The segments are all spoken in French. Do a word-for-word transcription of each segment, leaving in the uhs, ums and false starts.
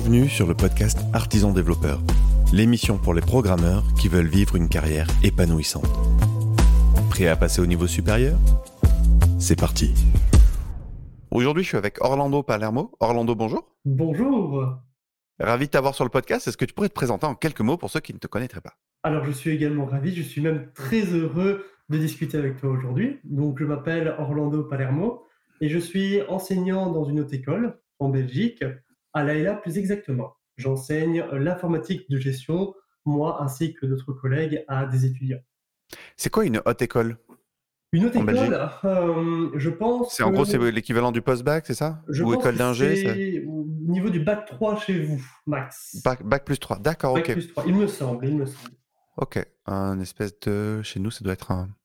Bienvenue sur le podcast Artisan Développeur, l'émission pour les programmeurs qui veulent vivre une carrière épanouissante. Prêt à passer au niveau supérieur ? C'est parti. Aujourd'hui, je suis avec Orlando Palermo. Orlando, bonjour. Bonjour. Ravi de t'avoir sur le podcast. Est-ce que tu pourrais te présenter en quelques mots pour ceux qui ne te connaîtraient pas ? Alors, je suis également ravi, je suis même très heureux de discuter avec toi aujourd'hui. Donc, je m'appelle Orlando Palermo et je suis enseignant dans une haute école en Belgique, à l'A E L A plus exactement. J'enseigne l'informatique de gestion, moi ainsi que d'autres collègues, à des étudiants. C'est quoi une haute école ? Une haute En Belgique ? école, euh, je pense C'est en gros, c'est que, l'équivalent du post-bac, c'est ça ? je Ou pense école que d'ingé ça... c'est au niveau du bac trois chez vous, max. bac, bac plus trois, d'accord, Bac ok. plus trois, il me semble, il me semble. Ok, un espèce de... Chez nous, ça doit être un...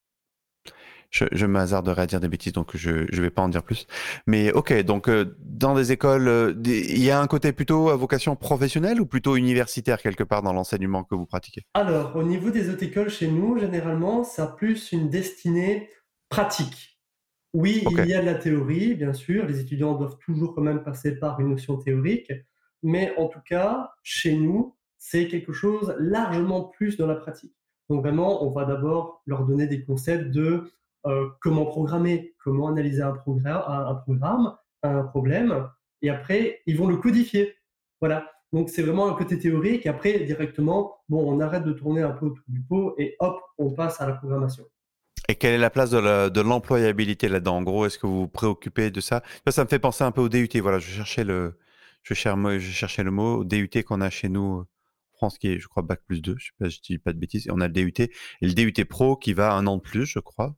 Je, je m'hasarderais à dire des bêtises, donc je ne vais pas en dire plus. Mais ok, donc euh, dans des écoles, euh, des- il y a un côté plutôt à vocation professionnelle ou plutôt universitaire quelque part dans l'enseignement que vous pratiquez ? Alors, au niveau des hautes écoles chez nous, généralement, ça a plus une destinée pratique. Oui, Ok, il y a de la théorie, bien sûr, les étudiants doivent toujours quand même passer par une notion théorique, mais en tout cas, chez nous, c'est quelque chose largement plus dans la pratique. Donc vraiment, on va d'abord leur donner des concepts de euh, comment programmer, comment analyser un, progr- un, un programme, un problème, et après, ils vont le codifier. Voilà. Donc c'est vraiment un côté théorique, et après, directement, bon, on arrête de tourner un peu autour du pot, et hop, on passe à la programmation. et quelle est la place de la- de l'employabilité là-dedans ? En gros, est-ce que vous vous préoccupez de ça ? Ça, ça me fait penser un peu au D U T. Voilà, je cherchais le, je cher- je cherchais le mot, au D U T qu'on a chez nous euh, en France, qui est, je crois, bac plus deux. Je sais pas, je dis pas de bêtises. Et on a le D U T et le D U T Pro qui va un an de plus, je crois,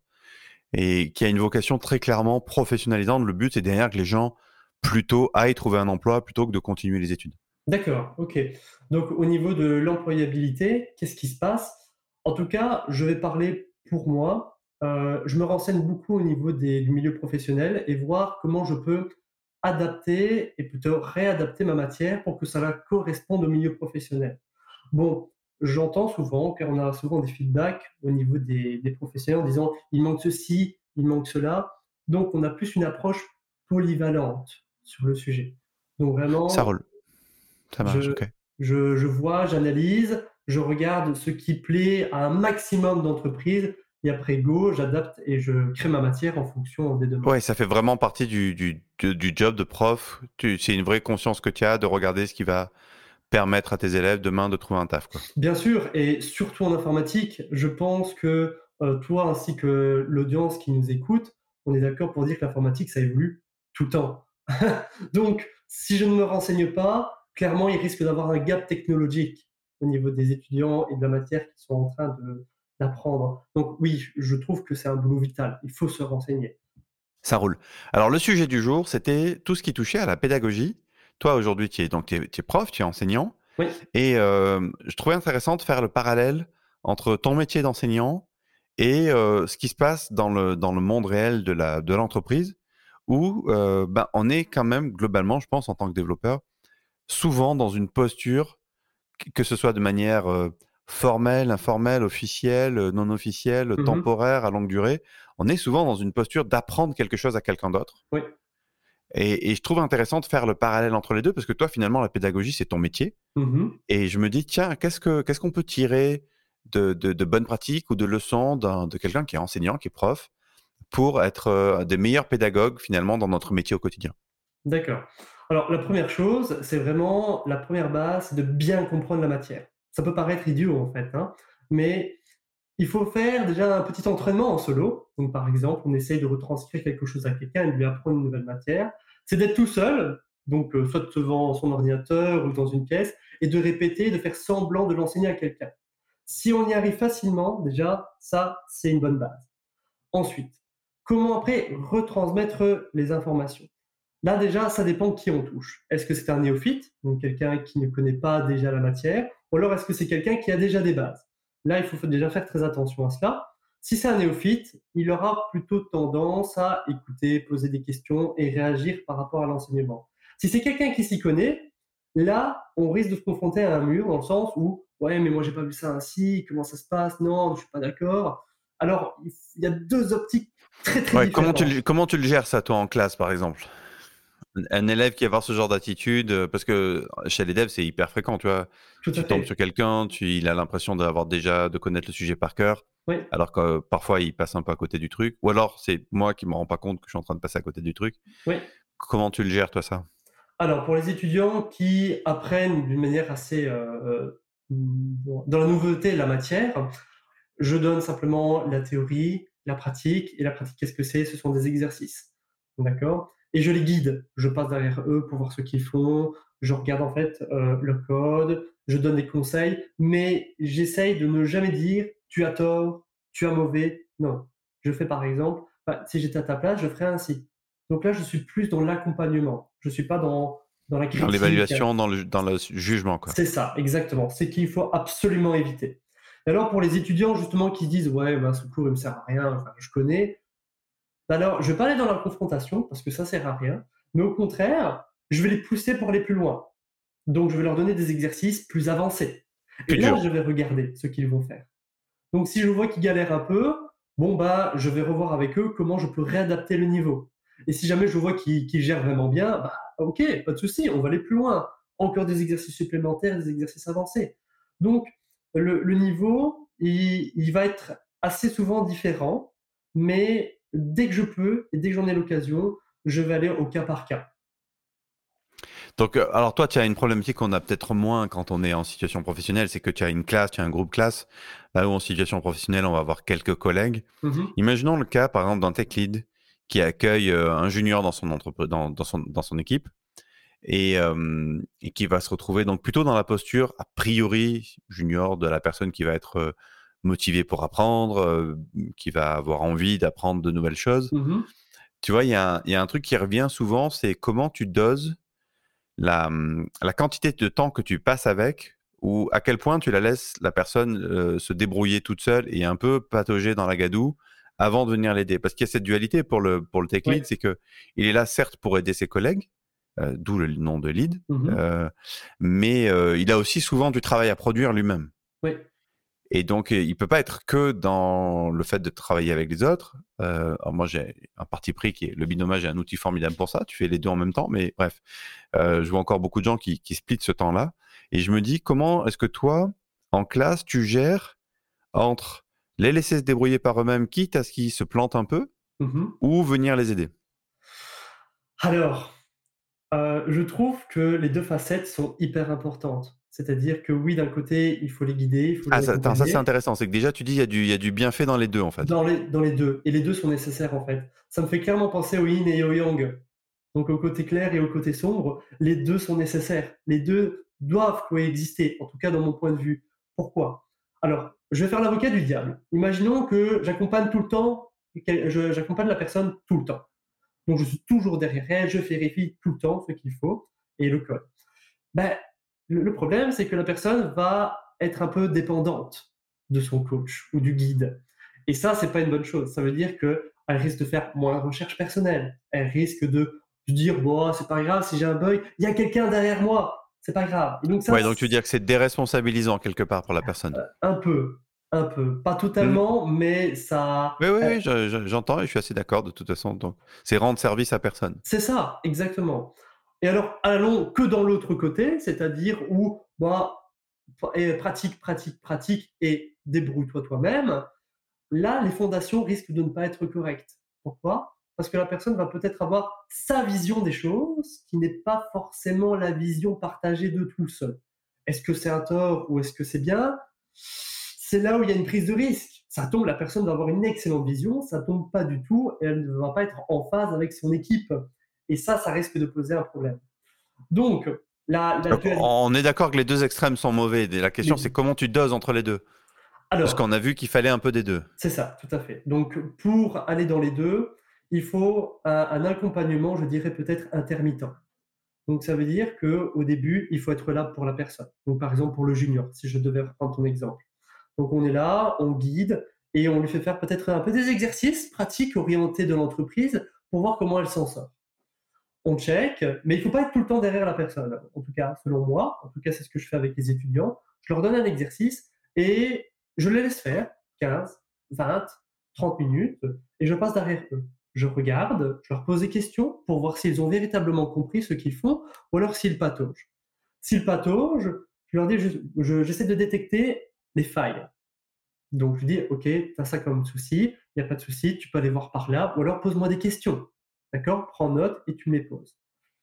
et qui a une vocation très clairement professionnalisante. Le but, c'est derrière que les gens plutôt aillent trouver un emploi plutôt que de continuer les études. D'accord, ok. Donc au niveau de l'employabilité, qu'est-ce qui se passe? En tout cas, je vais parler pour moi. Euh, je me renseigne beaucoup au niveau des, du milieu professionnel et voir comment je peux adapter et plutôt réadapter ma matière pour que ça la corresponde au milieu professionnel. Bon, j'entends souvent, car on a souvent des feedbacks au niveau des, des professionnels en disant il manque ceci, il manque cela. Donc on a plus une approche polyvalente sur le sujet. Donc Ça vraiment, roule, ça marche, je, ok. je, je vois, j'analyse, je regarde ce qui plaît à un maximum d'entreprises et après go, j'adapte et je crée ma matière en fonction des demandes. Ouais, ça fait vraiment partie du, du, du, du job de prof. Tu, c'est une vraie conscience que tu as de regarder ce qui va permettre à tes élèves demain de trouver un taf, quoi. Bien sûr, et surtout en informatique, je pense que euh, toi ainsi que l'audience qui nous écoute, on est d'accord pour dire que l'informatique, ça évolue tout le temps. Donc, si je ne me renseigne pas, clairement, il risque d'avoir un gap technologique au niveau des étudiants et de la matière qu'ils sont en train de, d'apprendre. Donc oui, je trouve que c'est un boulot vital. Il faut se renseigner. Ça roule. Alors, le sujet du jour, c'était tout ce qui touchait à la pédagogie. Toi, aujourd'hui, tu es, donc, tu es, tu es prof, tu es enseignant. Oui. Et euh, je trouvais intéressant de faire le parallèle entre ton métier d'enseignant et euh, ce qui se passe dans le, dans le monde réel de, la, de l'entreprise, où euh, ben, on est quand même, globalement, je pense, en tant que développeur, souvent dans une posture, que ce soit de manière euh, formelle, informelle, officielle, euh, non officielle, Mhm. temporaire, à longue durée, on est souvent dans une posture d'apprendre quelque chose à quelqu'un d'autre. Oui. Et, et je trouve intéressant de faire le parallèle entre les deux, parce que toi, finalement, la pédagogie, c'est ton métier. Mhm. Et je me dis, tiens, qu'est-ce que qu'est-ce qu'on peut tirer de, de, de bonnes pratiques ou de leçons d'un, de quelqu'un qui est enseignant, qui est prof, pour être euh, des meilleurs pédagogues, finalement, dans notre métier au quotidien. D'accord. Alors, la première chose, c'est vraiment la première base, c'est de bien comprendre la matière. Ça peut paraître idiot, en fait, hein, mais il faut faire déjà un petit entraînement en solo. Donc, par exemple, on essaye de retranscrire quelque chose à quelqu'un et de lui apprendre une nouvelle matière. C'est d'être tout seul, donc euh, soit devant son ordinateur ou dans une pièce, et de répéter, de faire semblant de l'enseigner à quelqu'un. Si on y arrive facilement, déjà, ça, c'est une bonne base. Ensuite, comment après retransmettre les informations? Là, déjà, ça dépend qui on touche. Est-ce que c'est un néophyte, donc quelqu'un qui ne connaît pas déjà la matière, ou alors est-ce que c'est quelqu'un qui a déjà des bases? Là, il faut déjà faire très attention à cela. Si c'est un néophyte, il aura plutôt tendance à écouter, poser des questions et réagir par rapport à l'enseignement. Si c'est quelqu'un qui s'y connaît, là, on risque de se confronter à un mur dans le sens où, ouais, mais moi, j'ai pas vu ça ainsi, comment ça se passe? Non, je suis pas d'accord. Alors, il y a deux optiques très, très Ouais, comment tu, différentes. le- comment tu le gères, ça, toi, en classe, par exemple ? Un un élève qui va avoir ce genre d'attitude, heu, parce que chez les devs, c'est hyper fréquent, tu vois? Tout à Tu tombes sur fait. quelqu'un, tu il a l'impression d'avoir déjà de connaître le sujet par cœur, Oui, alors que euh, parfois il passe un peu à côté du truc, ou alors c'est moi qui me rends pas compte que je suis en train de passer à côté du truc. oui. Comment tu le gères toi ça? Alors pour les étudiants qui apprennent d'une manière assez, heu heu, mmh, bon, dans la nouveauté de la matière, je donne simplement la théorie, la pratique et la pratique, qu'est-ce que c'est? Ce sont des exercices. D'accord? Et je les guide. Je passe derrière eux pour voir ce qu'ils font. Je regarde en fait, heu, leur code, je donne des conseils, mais j'essaye de ne jamais dire: «Tu as tort, tu as mauvais». Non. Je fais par exemple, bah, si j'étais à ta place, je ferais ainsi. Donc là, je suis plus dans l'accompagnement. Je suis pas dans dans la Dans critique. l'évaluation, dans le dans le jugement, quoi? C'est ça, exactement. C'est qu'il faut absolument éviter. Et alors pour les étudiants justement qui se disent: «Ouais, bah, ce cours il me sert à rien, enfin je connais», bah, alors je vais pas aller dans la confrontation parce que ça sert à rien, mais au contraire, je vais les pousser pour aller plus loin. Donc je vais leur donner des exercices plus avancés et Plus là dur. je vais regarder ce qu'ils vont faire. Donc si je vois qu'ils galèrent un peu, bon bah, je vais revoir avec eux comment je peux réadapter le niveau. Et si jamais je vois qu'ils qu'ils gèrent vraiment bien, bah OK, pas de souci, on va aller plus loin. Encore des exercices supplémentaires, des exercices avancés. Donc le, le niveau, il, il va être assez souvent différent, mais dès que je peux et dès que j'en ai l'occasion, je vais aller au cas par cas. Donc, heu, alors toi, tu as une problématique qu'on a peut-être moins quand on est en situation professionnelle, c'est que tu as une classe, tu as un groupe classe. Là où en situation professionnelle, on va avoir quelques collègues. Mhm, Imaginons le cas, par exemple, d'un tech lead qui accueille, heu, un junior dans son entreprise, dans dans son dans son équipe et hem et qui va se retrouver donc plutôt dans la posture, a priori, junior de la personne qui va être, heu, motivée pour apprendre, heu, qui va avoir envie d'apprendre de nouvelles choses. mhm, Tu vois, il y a un il y a un truc qui revient souvent, c'est comment tu doses la, mmh, la quantité de temps que tu passes avec ou à quel point tu la laisses la personne, heu, se débrouiller toute seule et un peu patauger dans la gadoue avant de venir l'aider. Parce qu'il y a cette dualité pour le pour le tech oui, lead, c'est que il est là certes pour aider ses collègues, heu, d'où le nom de lead, mhm, heu, mais heu, il a aussi souvent du travail à produire lui-même. oui, Et donc, heu, il peut pas être que dans le fait de travailler avec les autres. Heu, alors moi, j'ai un parti pris qui est le binomage est un outil formidable pour ça. Tu fais les deux en même temps, mais bref. Heu, je vois encore beaucoup de gens qui qui splitent ce temps-là et je me dis: «Comment est-ce que toi, en classe, tu gères entre les laisser se débrouiller par eux-mêmes, quitte à ce qu'ils se plantent un peu, mhm. ou venir les aider?» Alors, Heu, je trouve que les deux facettes sont hyper importantes. C'est-à-dire que oui, d'un côté, il faut les guider, il faut Ah les ça attends, ça c'est accompagner intéressant, c'est que déjà tu dis il y a du il y a du bienfait dans les deux en fait. dans les dans les deux et les deux sont nécessaires, en fait. Ça me fait clairement penser au yin et au yang. Donc au côté clair et au côté sombre, les deux sont nécessaires. Les deux doivent coexister, en tout cas dans mon point de vue. Pourquoi? Alors, je vais faire l'avocat du diable. Imaginons que j'accompagne tout le temps quel je j'accompagne la personne tout le temps. Donc je suis toujours derrière elle, je vérifie tout le temps ce qu'il faut et le code. Ben, le, le problème, c'est que la personne va être un peu dépendante de son coach ou du guide. Et ça, c'est pas une bonne chose. Ça veut dire qu'elle risque de faire moins de recherche personnelle. Elle risque de se dire, bon, c'est pas grave, si j'ai un bug, il y a quelqu'un derrière moi. C'est pas grave. Et donc ça, Ouais, donc tu veux dire que c'est déresponsabilisant quelque part pour la personne? un peu, un peu, pas Mmh. totalement, mais ça, Oui, oui, euh, oui, je je j'entends et je suis assez d'accord de toute façon, donc c'est rendre service à personne. c'est ça, exactement. Et alors, allons que dans l'autre côté, c'est-à-dire où, bah, et pratique, pratique, pratique et débrouille-toi toi-même. Là, les fondations risquent de ne pas être correctes. Pourquoi? Parce que la personne va peut-être avoir sa vision des choses qui n'est pas forcément la vision partagée de tous. Est-ce que c'est un tort ou est-ce que c'est bien? C'est là où il y a une prise de risque. Ça tombe, la personne va avoir une excellente vision, ça tombe pas du tout et elle ne va pas être en phase avec son équipe. Et ça, ça risque de poser un problème. Donc, la, la Donc dualité. on est d'accord que les deux extrêmes sont mauvais. La question, c'est comment tu doses entre les deux. Parce Alors, qu'on a vu qu'il fallait un peu des deux. c'est ça, tout à fait. Donc, pour aller dans les deux, il faut un, un accompagnement, je dirais peut-être intermittent. Donc, ça veut dire qu'au début, il faut être là pour la personne. Donc, par exemple, pour le junior, si je devais reprendre ton exemple. Donc, on est là, on guide et on lui fait faire peut-être un peu des exercices pratiques orientés de l'entreprise pour voir comment elle s'en sort. On check, mais il ne faut pas être tout le temps derrière la personne. En tout cas, selon moi, en tout cas, c'est ce que je fais avec les étudiants. Je leur donne un exercice et je les laisse faire quinze, vingt, trente minutes et je passe derrière eux. je regarde, je leur pose des questions pour voir s'ils ont véritablement compris ce qu'ils font ou alors s'ils pataugent. S'ils pataugent, je leur dis, je- je- j'essaie de détecter les failles. Donc je dis, ok, tu as ça comme souci, il n'y a pas de souci, tu peux aller voir par là, ou alors pose-moi des questions. D'accord? Prends note et tu me les poses.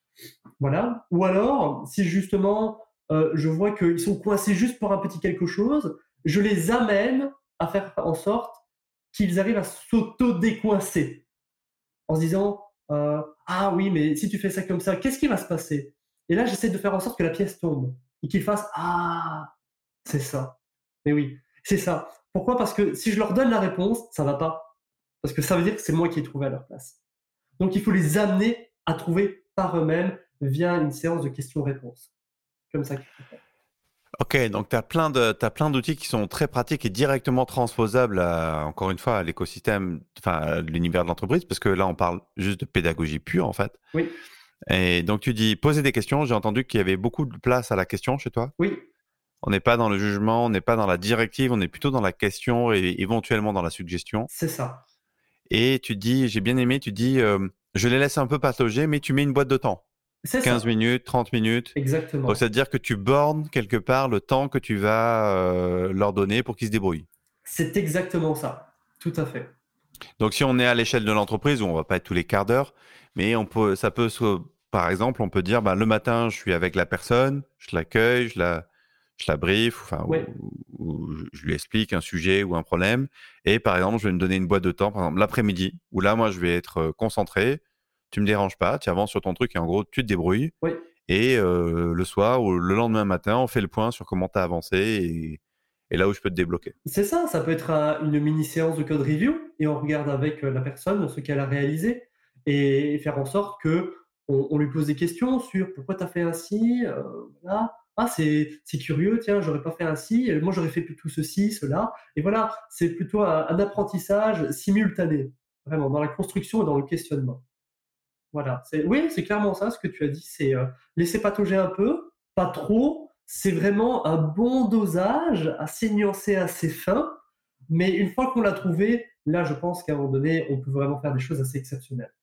Voilà. Ou alors, si justement euh, je vois qu'ils sont coincés juste pour un petit quelque chose, je les amène à faire en sorte qu'ils arrivent à s'auto-décoincer en se disant euh, ah oui, mais si tu fais ça comme ça, qu'est-ce qui va se passer? Et là, j'essaie de faire en sorte que la pièce tombe et qu'ils fassent ah, c'est ça. Mais oui, c'est ça. Pourquoi? Parce que si je leur donne la réponse, ça va pas. Parce que ça veut dire que c'est moi qui ai trouvé à leur place. Donc il faut les amener à trouver par eux-mêmes via une séance de questions-réponses. Comme ça qu'il faut faire. Ok, donc tu as plein de, t'as plein d'outils qui sont très pratiques et directement transposables à, encore une fois, à l'écosystème, enfin, à l'univers de l'entreprise, parce que là, on parle juste de pédagogie pure, en fait. Oui, Et donc, tu dis poser des questions. J'ai entendu qu'il y avait beaucoup de place à la question chez toi. oui, On n'est pas dans le jugement, on n'est pas dans la directive, on est plutôt dans la question et éventuellement dans la suggestion. c'est ça. Et tu dis, j'ai bien aimé, tu dis, euh, je les laisse un peu patauger, mais tu mets une boîte de temps. C'est quinze ça, minutes, trente minutes. Donc, exactement. c'est-à-dire que tu bornes quelque part le temps que tu vas euh, leur donner pour qu'ils se débrouillent. C'est exactement ça. Tout à fait. Donc, si on est à l'échelle de l'entreprise, où on va pas être tous les quarts d'heure, mais on peut, ça peut, se- par exemple, on peut dire, bah, le matin, je suis avec la personne, je l'accueille, je la, je la brief, enfin, Oui, ou, ou je lui explique un sujet ou un problème. Et par exemple, je vais me donner une boîte de temps, par exemple, l'après-midi, où là, moi, je vais être euh, concentré, tu me déranges pas, tu avances sur ton truc et en gros, tu te débrouilles. oui. Et euh, le soir ou le lendemain matin, on fait le point sur comment tu as avancé et, et là où je peux te débloquer. C'est ça, ça peut être un- une mini séance de code review et on regarde avec euh, la personne ce qu'elle a réalisé et faire en sorte que on, on lui pose des questions sur pourquoi tu as fait ainsi, euh, voilà. Ah, c'est c'est curieux, tiens, j'aurais pas fait ainsi, euh, moi j'aurais fait plutôt ceci, cela. Et voilà, c'est plutôt un, un apprentissage simultané, vraiment, dans la construction et dans le questionnement. Voilà, c'est oui, c'est clairement ça ce que tu as dit, c'est, heu, laisser patauger un peu, pas trop. C'est vraiment un bon dosage, assez nuancé, assez fin, mais une fois qu'on l'a trouvé, là, je pense qu'à un moment donné, on peut vraiment faire des choses assez exceptionnelles.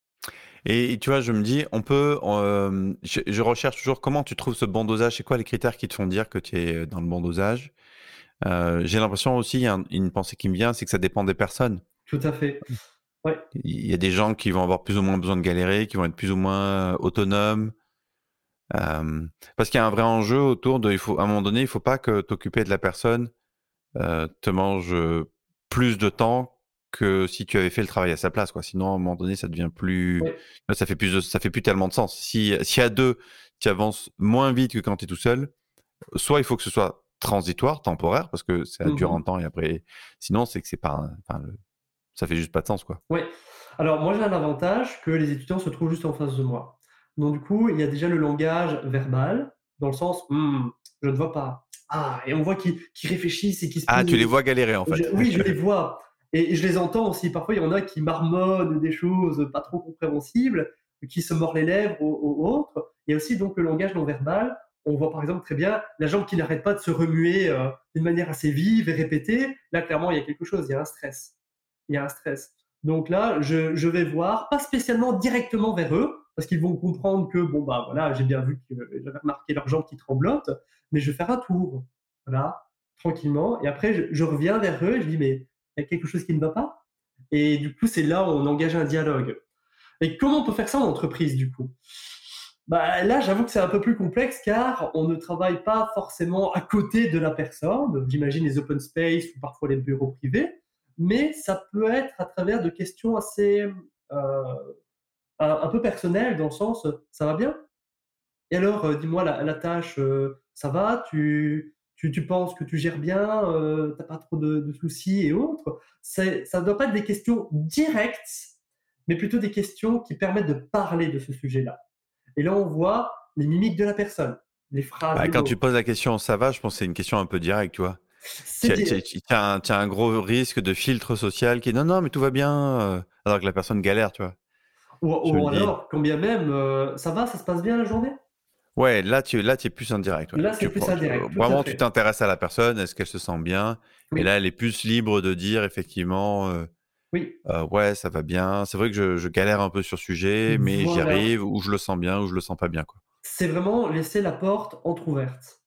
Et, tu vois, je me dis, on peut, euh, je, je recherche toujours comment tu trouves ce bon dosage. C'est quoi les critères qui te font dire que tu es dans le bon dosage? Euh, j'ai l'impression aussi, il y a un- une pensée qui me vient, c'est que ça dépend des personnes. Tout à fait. Ouais, Il y a des gens qui vont avoir plus ou moins besoin de galérer, qui vont être plus ou moins euh, autonomes. Euh, parce qu'il y a un vrai enjeu autour de, il faut, à un moment donné, il faut pas que t'occuper de la personne euh, te mange euh, plus de temps que si tu avais fait le travail à sa place, quoi. Sinon, à un moment donné, ça devient plus, ouais. ça fait plus, de- ça fait plus tellement de sens. Si, si à deux, tu avances moins vite que quand tu es tout seul, soit il faut que ce soit transitoire, temporaire, parce que ça dure un Mmh. temps et après, sinon, c'est que c'est pas, un- enfin, le- ça fait juste pas de sens, quoi. Ouais. Alors moi, j'ai un avantage que les étudiants se trouvent juste en face de moi. Donc du coup, il y a déjà le langage verbal, dans le sens: «Mmh, je ne vois pas. Ah» et on voit qu'ils qu'ils réfléchissent et qu'ils se Ah, tu les posent. vois galérer, en Je fait. oui, je les vois et et je les entends aussi. Parfois, il y en a qui marmonnent des choses pas trop compréhensibles, qui se mordent les lèvres ou ou autres. Il y a aussi donc le langage non verbal. On voit par exemple très bien la jambe qui n'arrête pas de se remuer, heu, d'une manière assez vive et répétée. Là, clairement, il y a quelque chose, il y a un stress. Il y a un stress. Donc là, je je vais voir, pas spécialement directement vers eux, parce qu'ils vont comprendre que bon, bah, voilà, j'ai bien vu que j'avais remarqué leurs jambes qui tremblotent, mais je vais faire un tour. Voilà, tranquillement et après je je reviens vers eux et je dis: «Mais il y a quelque chose qui ne va pas?» et du coup, c'est là où on engage un dialogue. Et comment on peut faire ça en entreprise, du coup? Bah, là, j'avoue que c'est un peu plus complexe car on ne travaille pas forcément à côté de la personne. J'imagine les open space ou parfois les bureaux privés, mais ça peut être à travers de questions assez, heu, un un peu personnelles dans le sens, «Ça va bien? Et alors, heu, dis-moi la la tâche, heu, ça va? Tu tu tu penses que tu gères bien? Heu, tu as pas trop de de soucis et autres?» C'est ça ne doit pas être des questions directes, mais plutôt des questions qui permettent de parler de ce sujet-là. Et là, on voit les mimiques de la personne, les phrases, Bah, les quand tu mots. poses la question, ça va, je pense que c'est une question un peu directe, tu vois. C'est Tu as, direct. tu as un, tu as un gros risque de filtre social qui est non, non, mais tout va bien, euh, alors que la personne galère, tu vois. Ou Je me ou dis, alors, quand bien même, heu: «Ça va, ça se passe bien la journée?» ouais, là, tu là, tu es plus indirect. Ouais. Là, Tu c'est plus prends, tu- indirect, tout à vraiment, tu fait. t'intéresses à la personne, est-ce qu'elle se sent bien? Et Oui, là, elle est plus libre de dire, effectivement, euh, Oui, Heu, ouais, ça va bien. C'est vrai que je je galère un peu sur ce sujet, mais j'y voilà. arrive, ou je le sens bien, ou je le sens pas bien, quoi. C'est vraiment laisser la porte entrouverte.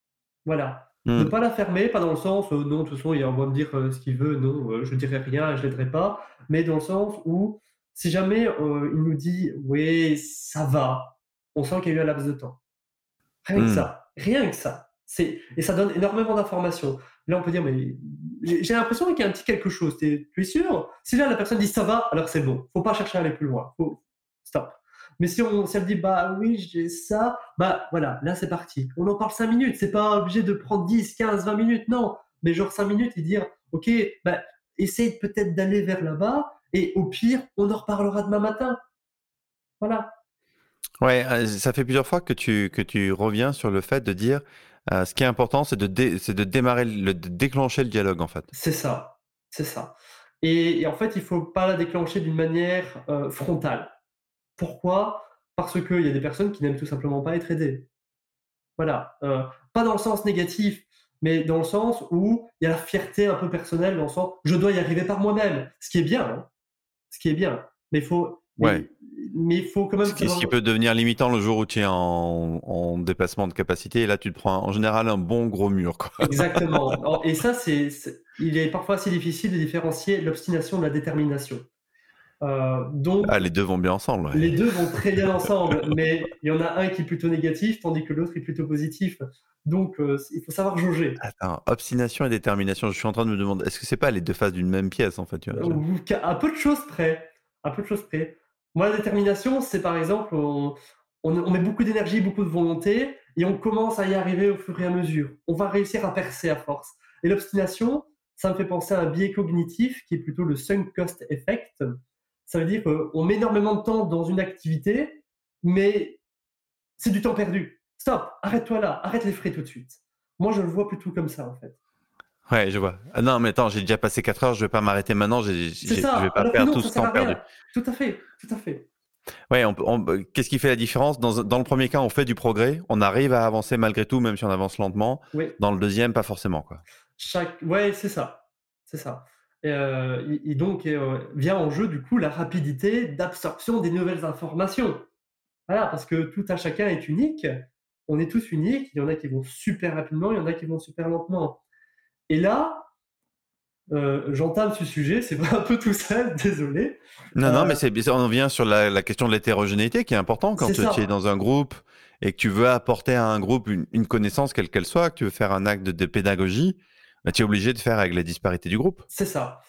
Voilà. Ne Mmh. pas la fermer, pas dans le sens, heu, non, de toute façon, il va me dire, heu, ce qu'il veut, non, heu, je dirai rien et je l'aiderai pas. Mais dans le sens où, si jamais, heu, il nous dit: «Oui, ça va», on sent qu'il y a eu un laps de temps. Rien que Mmh. ça, rien que ça. C'est et ça donne énormément d'informations. Là, on peut dire: «Mais j'ai j'ai l'impression qu'il y a un petit quelque chose, tu es tu es sûr?» Si là, la personne dit: «Ça va», alors c'est bon. Faut pas chercher à aller plus loin. Faut stop. Mais si on si elle dit: «Bah oui, j'ai ça», bah voilà, là, c'est parti. On en parle cinq minutes, c'est pas obligé de prendre dix, quinze, vingt minutes, non. Mais genre cinq minutes et dire: «OK, bah essaye peut-être d'aller vers là-bas et au pire, on en reparlera demain matin». Voilà. Ouais, heu, ça fait plusieurs fois que tu que tu reviens sur le fait de dire, heu, ce qui est important, c'est de dé c'est de démarrer le de déclencher le dialogue, en fait. C'est ça, c'est ça. Et et en fait, il faut pas la déclencher d'une manière, heu, frontale. Pourquoi? Parce qu'il y a des personnes qui n'aiment tout simplement pas être aidées. Voilà, heu, pas dans le sens négatif, mais dans le sens où il y a la fierté un peu personnelle, dans le sens: «Je dois y arriver par moi-même», ce qui est bien, hein, ce qui est bien. Mais il faut Ouais. mais mais il faut quand Ce même qui ce qui savoir. peut devenir limitant le jour où tu es en en dépassement de capacité, et là, tu te prends en général un bon gros mur, quoi. Exactement. En et ça, c'est c'est il est parfois assez difficile de différencier l'obstination de la détermination. Heu, donc Ah, les deux vont bien ensemble, les ouais. deux vont très bien ensemble, mais il y en a un qui est plutôt négatif, tandis que l'autre est plutôt positif. Donc, heu, il faut savoir jauger. Attends, obstination et détermination, je suis en train de me demander, est-ce que c'est pas les deux faces d'une même pièce, en fait, tu vois? Je Ou qu'à à peu de choses près, à peu de choses près. Moi, la détermination, c'est par exemple, on on on met beaucoup d'énergie, beaucoup de volonté et on commence à y arriver au fur et à mesure. On va réussir à percer à force. Et l'obstination, ça me fait penser à un biais cognitif qui est plutôt le sunk cost effect. Ça veut dire qu'on met énormément de temps dans une activité, mais c'est du temps perdu. Stop, arrête-toi là, arrête les frais tout de suite. Moi, je le vois plutôt comme ça, en fait. ouais, je vois. Ah non, mais attends, j'ai déjà passé quatre heures, je vais pas m'arrêter maintenant, j'ai C'est j'ai je vais ça, pas alors que perdre non, tout ça ce sert temps à perdu. rien. Tout à fait, tout à fait. Ouais, on peut on peut qu'est-ce qui fait la différence? Dans dans le premier cas, on fait du progrès, on arrive à avancer malgré tout, même si on avance lentement. Oui, Dans le deuxième, pas forcément, quoi. chaque ouais, c'est ça, c'est ça. Et heu, et et donc heu, vient en jeu, du coup, la rapidité d'absorption des nouvelles informations. Voilà, parce que tout un chacun est unique. On est tous uniques. Il y en a qui vont super rapidement, il y en a qui vont super lentement. Et là, heu, j'entame ce sujet, c'est vrai un peu tout seul, désolé. Non, non, mais Heu, c'est mais ça on en vient sur la la question de l'hétérogénéité qui est important c'est quand, tu es ça, dans un groupe et que tu veux apporter à un groupe une une connaissance quelle qu'elle soit, que tu veux faire un acte de de pédagogie, bah, tu es obligé de faire avec la disparité du groupe. c'est ça.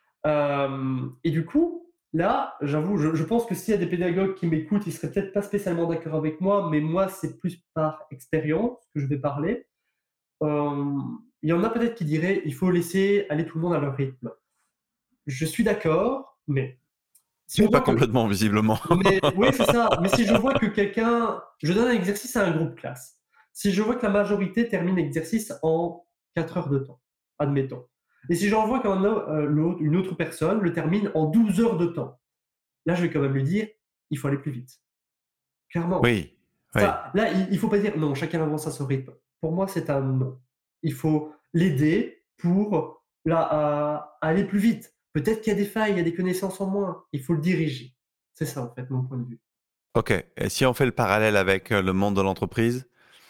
Hem et du coup, là, j'avoue, je je pense que s'il y a des pédagogues qui m'écoutent, ils seraient peut-être pas spécialement d'accord avec moi, mais moi, c'est plus par expérience que je vais parler. Hem, il y en a peut-être qui diraient: «Il faut laisser aller tout le monde à leur rythme». Je suis d'accord, mais si on Mais pas voit que complètement visiblement. mais oui, c'est ça, mais si je vois que quelqu'un je donne un exercice à un groupe classe. Si je vois que la majorité termine l'exercice en quatre heures de temps, admettons. Et si j'en vois qu'un au heu, l'autre une autre personne le termine en douze heures de temps. Là, je vais quand même lui dire: «Il faut aller plus vite». Clairement. Oui, oui. Ça, là, il il faut pas dire: «Non, chacun avance à son rythme». Pour moi, c'est un non. Il faut l'aider pour la à à aller plus vite. Peut-être qu'il y a des failles, il y a des connaissances en moins. Il faut le diriger. C'est ça, en fait, mon point de vue. OK, et si on fait le parallèle avec, heu, le monde de l'entreprise,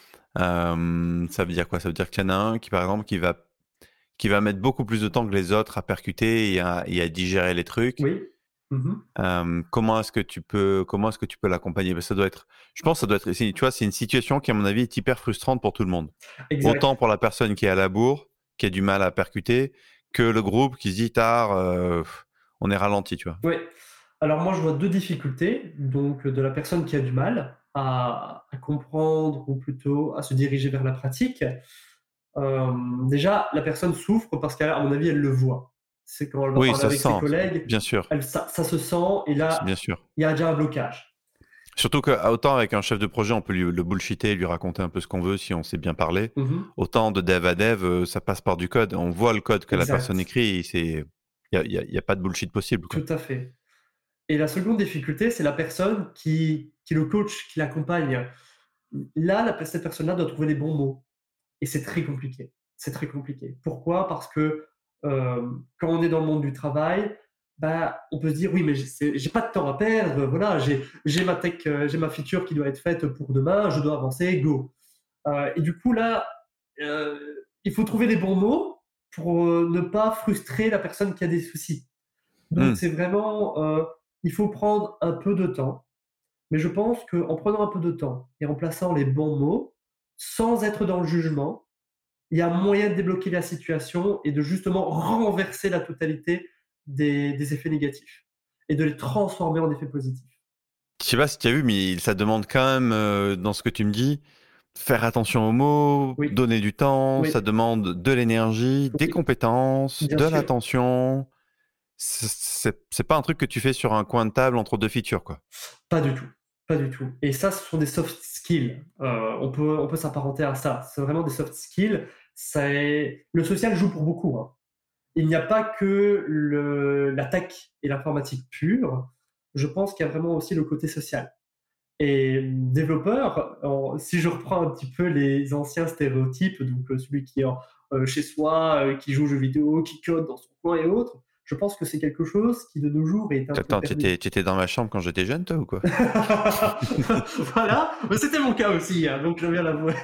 hem, ça veut dire quoi? Ça veut dire qu'il y en a un qui, par exemple, qui va qui va mettre beaucoup plus de temps que les autres à percuter et à et à digérer les trucs. Oui. Mmh. Hem, comment est-ce que tu peux comment est-ce que tu peux l'accompagner? Bah, ça doit être je pense que ça doit être c'est tu vois, c'est une situation qui, à mon avis, est hyper frustrante pour tout le monde. Autant Exact. pour la personne qui est à la bourre, qui a du mal à percuter, que le groupe qui se dit: «Tard, heu, on est ralenti», tu vois? Oui. Alors moi, je vois deux difficultés, donc de la personne qui a du mal à à comprendre ou plutôt à se diriger vers la pratique. Hem, déjà, la personne souffre parce qu'à mon avis, elle le voit. C'est quand elle va Oui, parler ça se avec ses sent, ça collègues, bien sûr, elle ça ça se sent et là, bien sûr. il y a déjà un blocage. Surtout que, ah, autant avec un chef de projet, on peut lui le bullshiter, lui raconter un peu ce qu'on veut si on sait bien parler. Mmh. Autant de dev à dev, heu, ça passe par du code. On voit le code que la personne Exact, écrit et c'est il y a il y a il y a pas de bullshit possible, quoi. tout à fait. Et la seconde difficulté, c'est la personne qui qui le coach, qui l'accompagne. Là, la cette personne-là doit trouver les bons mots et c'est très compliqué. C'est très compliqué. Pourquoi? Parce que, hem, quand on est dans le monde du travail, bah, on peut se dire: «Oui, mais j'ai c'est j'ai pas de temps à perdre, voilà, j'ai j'ai ma tech, heu, j'ai ma feature qui doit être faite pour demain, je dois avancer, go». Heu et du coup là, heu, il faut trouver les bons mots pour, heu, ne pas frustrer la personne qui a des soucis. Donc Mmh. c'est vraiment, heu, il faut prendre un peu de temps, mais je pense qu'en prenant un peu de temps et en plaçant les bons mots, sans être dans le jugement, il y a moyen de débloquer la situation et de justement renverser la totalité des des effets négatifs et de les transformer en effets positifs. Je sais pas si tu as vu, mais ça demande quand même, heu, dans ce que tu me dis, faire attention aux mots, Oui, donner du temps, oui, ça demande de l'énergie, des oui, compétences, bien de sûr. l'attention. C c'est c'est pas un truc que tu fais sur un coin de table entre deux features, quoi. Pas du tout, pas du tout et ça, ce sont des soft skills, heu, on peut on peut s'apparenter à ça. C'est vraiment des soft skills, c'est le social joue pour beaucoup, hein. Il n'y a pas que le la tech et l'informatique pure, je pense qu'il y a vraiment aussi le côté social et mmh, développeur, en si je reprends un petit peu les anciens stéréotypes, donc heu, celui qui est en heu, chez soi, heu, qui joue aux jeux vidéo, qui code dans son coin et autres, je pense que c'est quelque chose qui de nos jours est un peu Attends, tu perdu. étais tu étais dans ma chambre quand j'étais jeune, toi, ou quoi? Voilà, mais c'était mon cas aussi, hein, donc je viens l'avouer.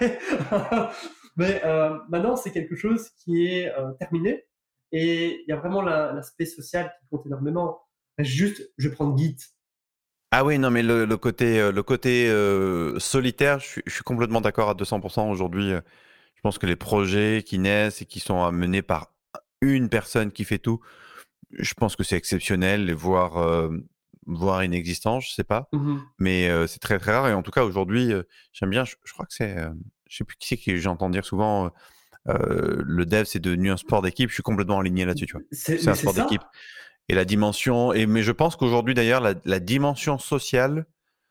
Mais euh, maintenant, c'est quelque chose qui est euh, terminé et il y a vraiment la- l'aspect social qui compte énormément. Juste, je vais prendre Git. Ah oui, non, mais le le côté, heu, le côté, heu, solitaire, je suis je suis complètement d'accord à deux cents aujourd'hui, heu, je pense que les projets qui naissent et qui sont, heu, menés par une personne qui fait tout, je pense que c'est exceptionnel, voire, hem, voire inexistant, je sais pas. Mhm. Mais, heu, c'est très, très rare et en tout cas aujourd'hui, heu, j'aime bien, je je crois que c'est, hem, je sais plus qui c'est que j'entends dire souvent, heu heu, le dev, c'est devenu un sport d'équipe. Je suis complètement aligné là-dessus, tu vois? C'est- C'est mais un c'est sport d'équipe ça. et la dimension et mais je pense qu'aujourd'hui d'ailleurs la la dimension sociale,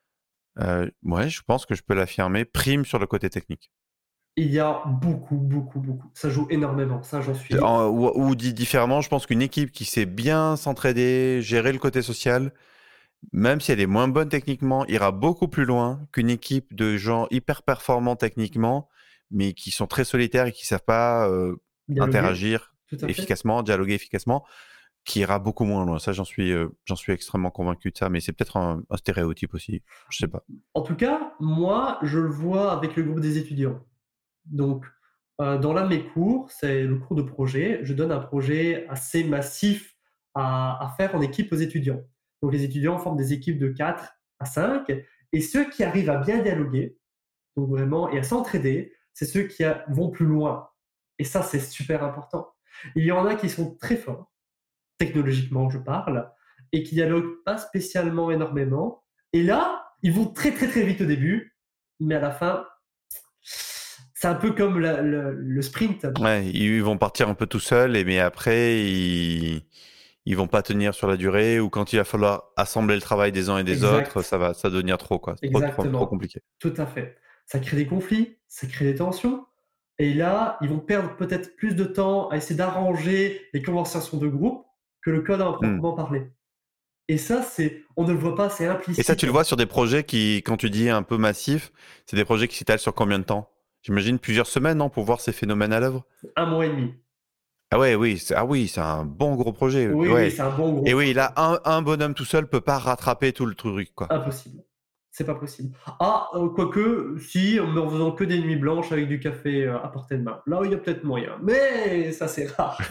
heu, ouais, je pense que je peux l'affirmer, prime sur le côté technique. Il y a beaucoup, beaucoup, beaucoup. Ça joue énormément. Ça, j'en suis. En ou ou dit différemment, je pense qu'une équipe qui sait bien s'entraider, gérer le côté social, même si elle est moins bonne techniquement, ira beaucoup plus loin qu'une équipe de gens hyper performants techniquement, mais qui sont très solitaires et qui savent pas, heu, Dialoguer, interagir tout à fait. efficacement, dialoguer efficacement, qui ira beaucoup moins loin. Ça, j'en suis, heu, j'en suis extrêmement convaincu de ça, mais c'est peut-être un un stéréotype aussi, je sais pas. En tout cas, moi, je le vois avec le groupe des étudiants. Donc, heu, dans l'un de mes cours, c'est le cours de projet, je donne un projet assez massif à à faire en équipe aux étudiants. Donc les étudiants forment des équipes de quatre à cinq et ceux qui arrivent à bien dialoguer, donc vraiment et à s'entraider, c'est ceux qui a vont plus loin et ça, c'est super important. Il y en a qui sont très forts, technologiquement je parle, et qui dialoguent pas spécialement énormément et là, ils vont très, très, très vite au début, mais à la fin, c'est un peu comme la le le sprint. Ouais, ils vont partir un peu tout seuls et mais après ils ils vont pas tenir sur la durée ou quand il va falloir assembler le travail des uns et des autres, Exact, ça va ça va devenir trop quoi, trop trop trop exactement, compliqué. tout à fait. Ça crée des conflits, ça crée des tensions et là, ils vont perdre peut-être plus de temps à essayer d'arranger les conversations de groupe que le code à Mmh. proprement parler et ça, c'est on ne le voit pas, c'est Et ça, tu implicite. le vois sur des projets qui, quand tu dis un peu massifs, c'est des projets qui s'étalent sur combien de temps? J'imagine plusieurs semaines, non, pour voir ces phénomènes à l'œuvre? Un mois et demi. Ah ouais, oui, c'est ah oui, c'est un bon gros projet, Oui, oui, ouais. c'est un bon gros Et oui, projet. là, un un bonhomme tout seul peut pas rattraper tout le truc, quoi. Impossible. C'est pas possible. Ah, heu, quoique, si, mais en faisant que des nuits blanches avec du café, heu, à portée de main. Là, il y a peut-être moyen, mais ça, c'est rare.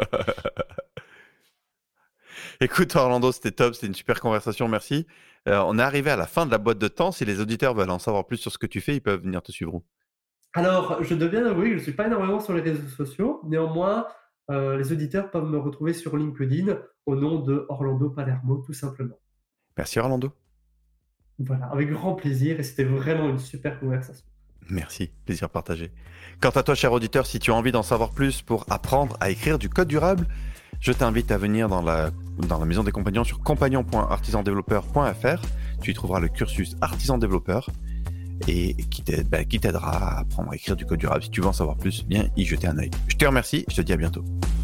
Écoute, Orlando, c'était top, c'était une super conversation, merci. Heu, on est arrivé à la fin de la boîte de temps. Si les auditeurs veulent en savoir plus sur ce que tu fais, ils peuvent venir te suivre où? Alors, je dois bien avouer que je ne suis pas énormément sur les réseaux sociaux. Néanmoins, heu, les auditeurs peuvent me retrouver sur LinkedIn au nom de Orlando Palermo, tout simplement. Merci, Orlando. Voilà, avec grand plaisir et c'était vraiment une super conversation. Merci, plaisir partagé. Quant à toi, cher auditeur, si tu as envie d'en savoir plus pour apprendre à écrire du code durable, je t'invite à venir dans la, dans la maison des compagnons sur compagnon point artisan développeur point f r. Tu y trouveras le cursus artisan développeur et qui t'aide- bah, qui t'aidera à apprendre à écrire du code durable. Si tu veux en savoir plus, viens y jeter un œil. Je te remercie, je te dis à bientôt.